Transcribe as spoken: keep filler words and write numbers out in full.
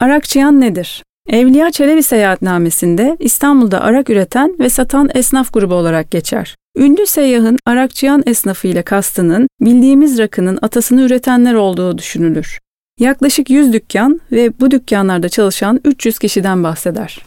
Arakçıyan nedir? Evliya Çelebi seyahatnamesinde İstanbul'da arak üreten ve satan esnaf grubu olarak geçer. Ünlü seyyahın Arakçıyan esnafı ile kastının bildiğimiz rakının atasını üretenler olduğu düşünülür. Yaklaşık yüz dükkan ve bu dükkanlarda çalışan üç yüz kişiden bahseder.